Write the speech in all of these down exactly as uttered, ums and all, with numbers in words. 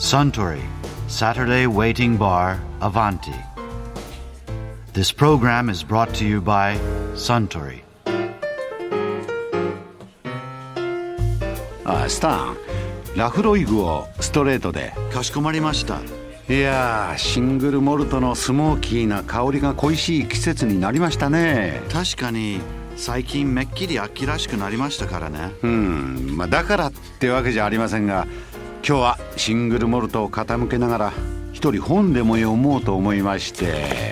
Suntory Saturday Waiting Bar Avanti. This program is brought to you by Suntory. ああ、スタン、ラフロイグをストレートで。 かしこまりました。 いやー、シングルモルトのスモーキーな香りが恋しい季節になりましたね。 確かに最近めっきり秋らしくなりましたからね。 うん、まあ、だからってわけじゃありませんが、今日はシングルモルトを傾けながら一人本でも読もうと思いまして。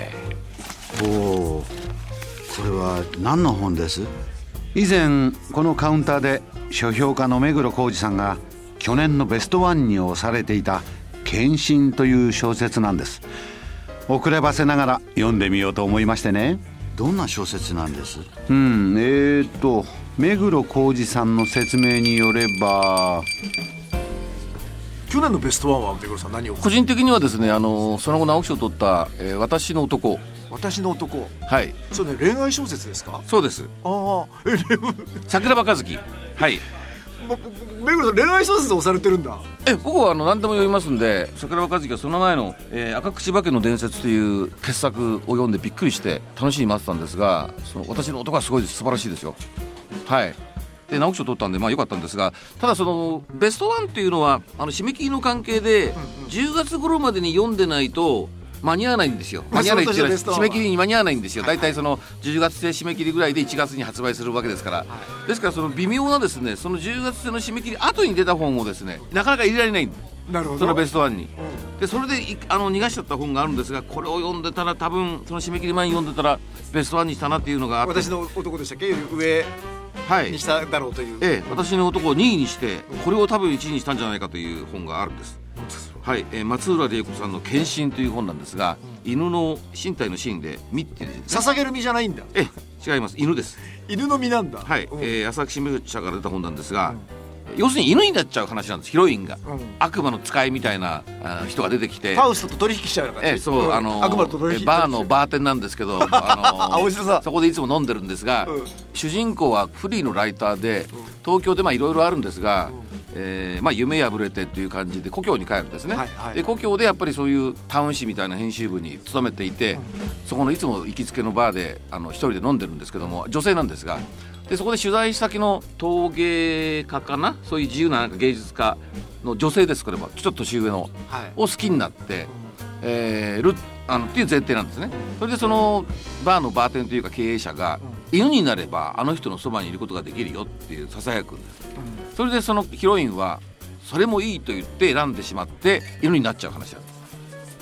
おお、これは何の本です？ 以前このカウンターで書評家の目黒浩二さんが去年のベストワンに推されていた献身という小説なんです。遅ればせながら読んでみようと思いましてね。 どんな小説なんです？ うん、えーと目黒浩二さんの説明によれば、 去年のベストワンは目黒さん何を？ 個人的にはですね、あのその後直木賞を取った、えー、私の男。 私の男。 はい。 そうね、恋愛小説ですか？ そうです。 ああ、え、 桜庭和樹。はい。 目黒さん恋愛小説を押されてるんだ。 え、僕はあの何でも読みますんで、桜庭和樹はその前の、えー、赤口化けの伝説という傑作を読んでびっくりして楽しみに待ってたんですが、その私の男はすごいです。素晴らしいですよ。はい。で直木賞取ったんでまあ良かったんですが、ただそのベストワンっていうのはあの締め切りの関係でじゅうがつ頃までに読んでないと間に合わないんですよ。間に合わないっていうのは締め切りに間に合わないんですよ。だいたいそのじゅうがつ制締め切りぐらいでいちがつに発売するわけですから、ですからその微妙なですね、そのじゅうがつ制の締め切り後に出た本をですねなかなか入れられない。 なるほど。 そのベストワンに、うん、でそれであの逃がしちゃった本があるんですが、これを読んでたら多分その締め切り前に読んでたらベストワンにしたなっていうのがあって、 私の男でしたっけ、上にしただろうという、 ええ、私の男をにいにしてこれを多分いちいにしたんじゃないかという本があるんです。はい、えー、松浦玲子さんの献身という本なんですが、うん、犬の身体の身で身っていう字ですね。 捧げる身じゃないんだ。 え違います、犬です。 犬の身なんだ。 はい、 うん、 えー、朝日新聞社から出た本なんですが、うん、要するに犬になっちゃう話なんです。ヒロインが、うん、悪魔の使いみたいなあ人が出てきてファウストと取引しちゃうような感じ。 えー、そう、うん、あの悪魔と取引バーのバーテンなんですけど、あのー、 そこでいつも飲んでるんですが、うん、主人公はフリーのライターで、うん、東京でまあいろいろあるんですが、うん、えーまあ、夢破れてっていう感じで故郷に帰るんですね、はいはい、で故郷でやっぱりそういうタウン誌みたいな編集部に勤めていて、うん、そこのいつも行きつけのバーであの一人で飲んでるんですけども、女性なんですが、でそこで取材先の陶芸家かな、そういう自由な、 なんか芸術家の女性です。これもちょっと年上の、はい、を好きになって、うん、えー、るあのっていう前提なんですね。それでそのバーのバーテンというか経営者が、うん、犬になればあの人のそばにいることができるよっていうささやくんです、うん、それでそのヒロインはそれもいいと言って選んでしまって犬になっちゃう話なんです。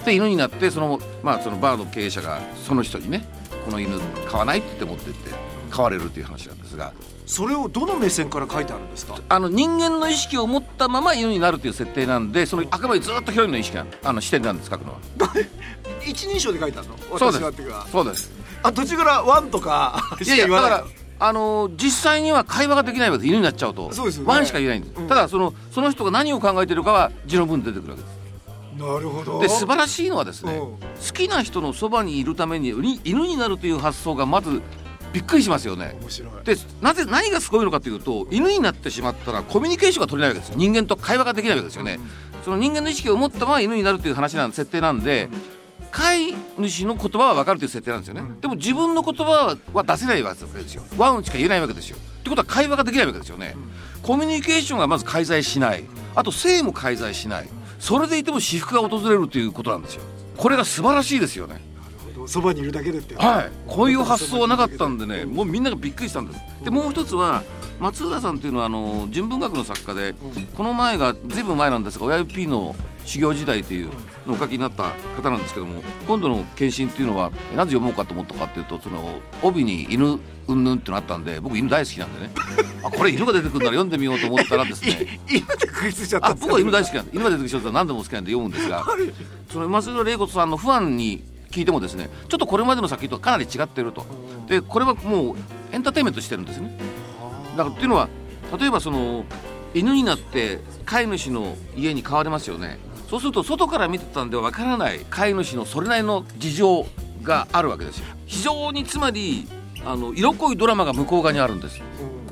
で犬になってその、まあ、そのバーの経営者がその人にね、この犬買わないって言って持ってって買われるという話なんですが、 それをどの目線から書いてあるんですか？ あの人間の意識を持ったまま犬になるという設定なんで、そのあくまでずっとヒロインの意識なあの視点なんです。書くのは一人称で書いてあるの？ そうです、 私はっていうか。 そうです。 あ、途中からワンとかいやいや、だからあのー、実際には会話ができないわけです。犬になっちゃうと。 そうですよね、 ワンしか言えないんです、うん、ただそのその人が何を考えているかは字の文で出てくるわけです。 なるほど。 で素晴らしいのはですね、 うん、 好きな人のそばにいるために犬になるという発想がまずびっくりしますよね。 面白い。 でなぜ何がすごいのかというと、犬になってしまったらコミュニケーションが取れないわけです。人間と会話ができないわけですよね、うん、その人間の意識を持ったまま犬になるという話なん設定なんで、うん、飼い主の言葉は分かるという設定なんですよね、うん、でも自分の言葉は出せないわけですよ。ワンしか言えないわけですよ。ってことは会話ができないわけですよね、うん、コミュニケーションがまず介在しない、あと性も介在しない、それでいても私服が訪れるということなんですよ。これが素晴らしいですよね。 そばにいるだけでって、 はい、こういう発想はなかったんでね、もうみんながびっくりしたんです。でもう一つは松浦さんというのはあの純文学の作家で、うん、この前がずいぶん前なんですが親指 P の修行時代というのをお書きになった方なんですけども、今度の献身っていうのはなぜ読もうかと思ったかっていうと、その帯に犬うんぬんってのあったんで、僕犬大好きなんでねあこれ犬が出てくるなら読んでみようと思ったらですね犬で食いついちゃったんですか？ あ僕は犬大好きなんで、犬が出てくる人は何でも好きなんで読むんですがその松浦玲子さんのファンに聞いてもですね、ちょっとこれまでの作品とかなり違っていると。でこれはもうエンターテインメントしてるんですね。だからっていうのは、例えばその犬になって飼い主の家に飼われますよね。そうすると外から見てたんではわからない飼い主のそれなりの事情があるわけですよ。非常につまりあの色濃いドラマが向こう側にあるんです。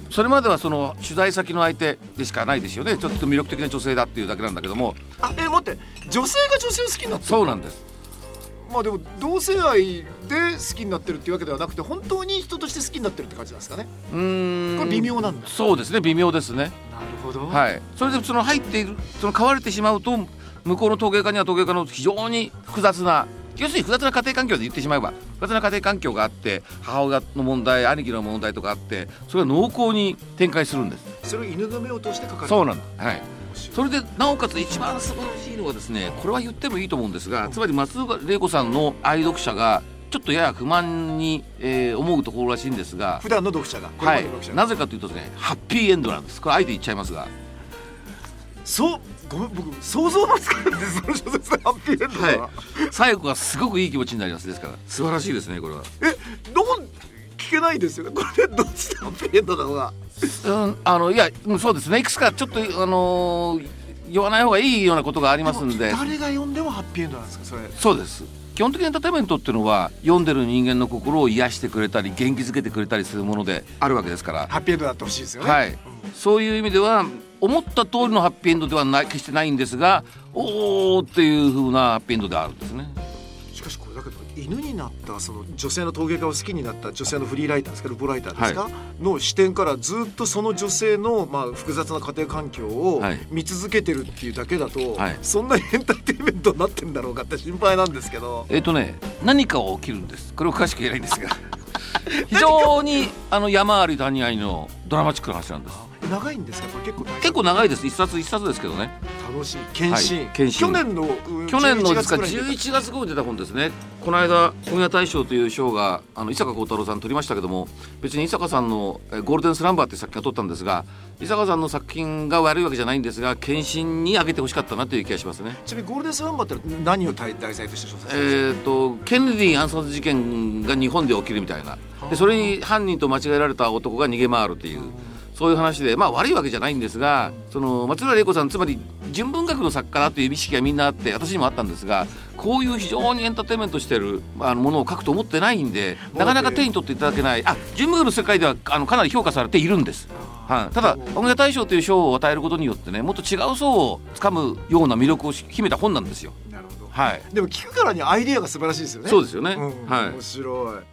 それまではその取材先の相手でしかないですよね。ちょっと魅力的な女性だっていうだけなんだけども。 あえ待って女性が女性を好きになってる。 そうなんです。 まあでも同性愛で好きになってるっていうわけではなくて本当に人として好きになってるって感じなんですかね。 うーんこれ微妙なんだ。 そうですね、微妙ですね。 なるほど、 はい、それでその入っているその飼われてしまうと向こうの陶芸家には陶芸家の非常に複雑な要するに複雑な家庭環境で言ってしまえば複雑な家庭環境があって母親の問題兄貴の問題とかあってそれが濃厚に展開するんです。 それを犬の目を通して書かれる。 そうなんだ、はい、それでなおかつ一番素晴らしいのはですねこれは言ってもいいと思うんですが、つまり松岡玲子さんの愛読者がちょっとやや不満に、えー、思うところらしいんですが、 普段の読者が、 はい、なぜかというとですねハッピーエンドなんです。これあえて言っちゃいますが、 そうごめん僕想像もつかないんですその小説でハッピーエンドが、 はい、最後がすごくいい気持ちになります。ですから素晴らしいですねこれは。 えどう聞けないですよねこれどっちでハッピーエンドなのが、 うん、あのいやそうですねいくつかちょっとあのー、言わない方がいいようなことがありますんで。 誰が読んでもハッピーエンドなんですかそれ。 そうです。基本的なエンターテインメントっていうのは読んでる人間の心を癒してくれたり元気づけてくれたりするものであるわけですから、 ハッピーエンドだってほしいですよね。 はい、うん、そういう意味では思った通りのハッピーエンドではない決してないんですがおーっていう風なハッピーエンドであるんですね。 しかしこれだけど犬になったその女性の陶芸家を好きになった女性のフリーライターですかルポライターですか、はい、の視点からずっとその女性のまあ複雑な家庭環境を見続けてるっていうだけだと、はい、そんなにエンターテインメントになってんだろうかって心配なんですけど。 えっとね何かは起きるんです。これを詳しく言えないんですが非常にあの山あり谷ありのドラマチックな話なんです。 長いんですかこれ。結構結構長いです。一冊一冊ですけどね。 楽しい検診、はい、 検診去年の去年のですかじゅういちがつ頃に出た本ですね。この間本屋大賞という賞があの伊坂幸太郎さん取りましたけども、別に伊坂さんのゴールデンスランバーっていう作品が取ったんですが、伊坂さんの作品が悪いわけじゃないんですが検診に上げてほしかったなという気がしますね。 ちなみにゴールデンスランバーって何を題材として小説えーとケネディ暗殺事件が日本で起きるみたいなで、それに犯人と間違えられた男が逃げ回るというそういう話で、まあ悪いわけじゃないんですが、その松浦玲子さんつまり純文学の作家だという意識がみんなあって私にもあったんですが、こういう非常にエンターテインメントしてるあのものを書くと思ってないんでなかなか手に取っていただけない。あ純文学の世界ではあのかなり評価されているんです、はい、ただ本屋大賞という賞を与えることによってねもっと違う層をつかむような魅力を秘めた本なんですよ。 なるほど、 はい、 でも聞くからにアイデアが素晴らしいですよね。 そうですよね、 うんはい、 面白い。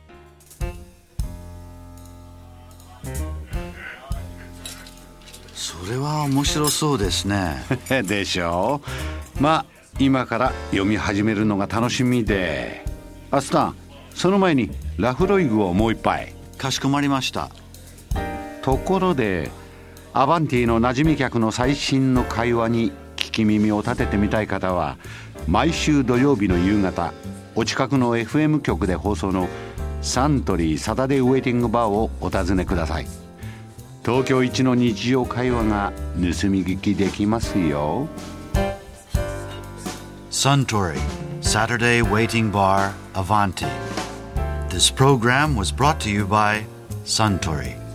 それは面白そうですねでしょう。まあ今から読み始めるのが楽しみで。アスタンその前にラフロイグをもう一杯。 かしこまりました。 ところでアバンティの馴染み客の最新の会話に聞き耳を立ててみたい方は毎週土曜日の夕方お近くの エフエム 局で放送のサントリーサタデーウェイティングバーをお尋ねください。東京一の日常会話が盗み聞きできますよ。 Suntory Saturday Waiting Bar Avanti. This program was brought to you by Suntory.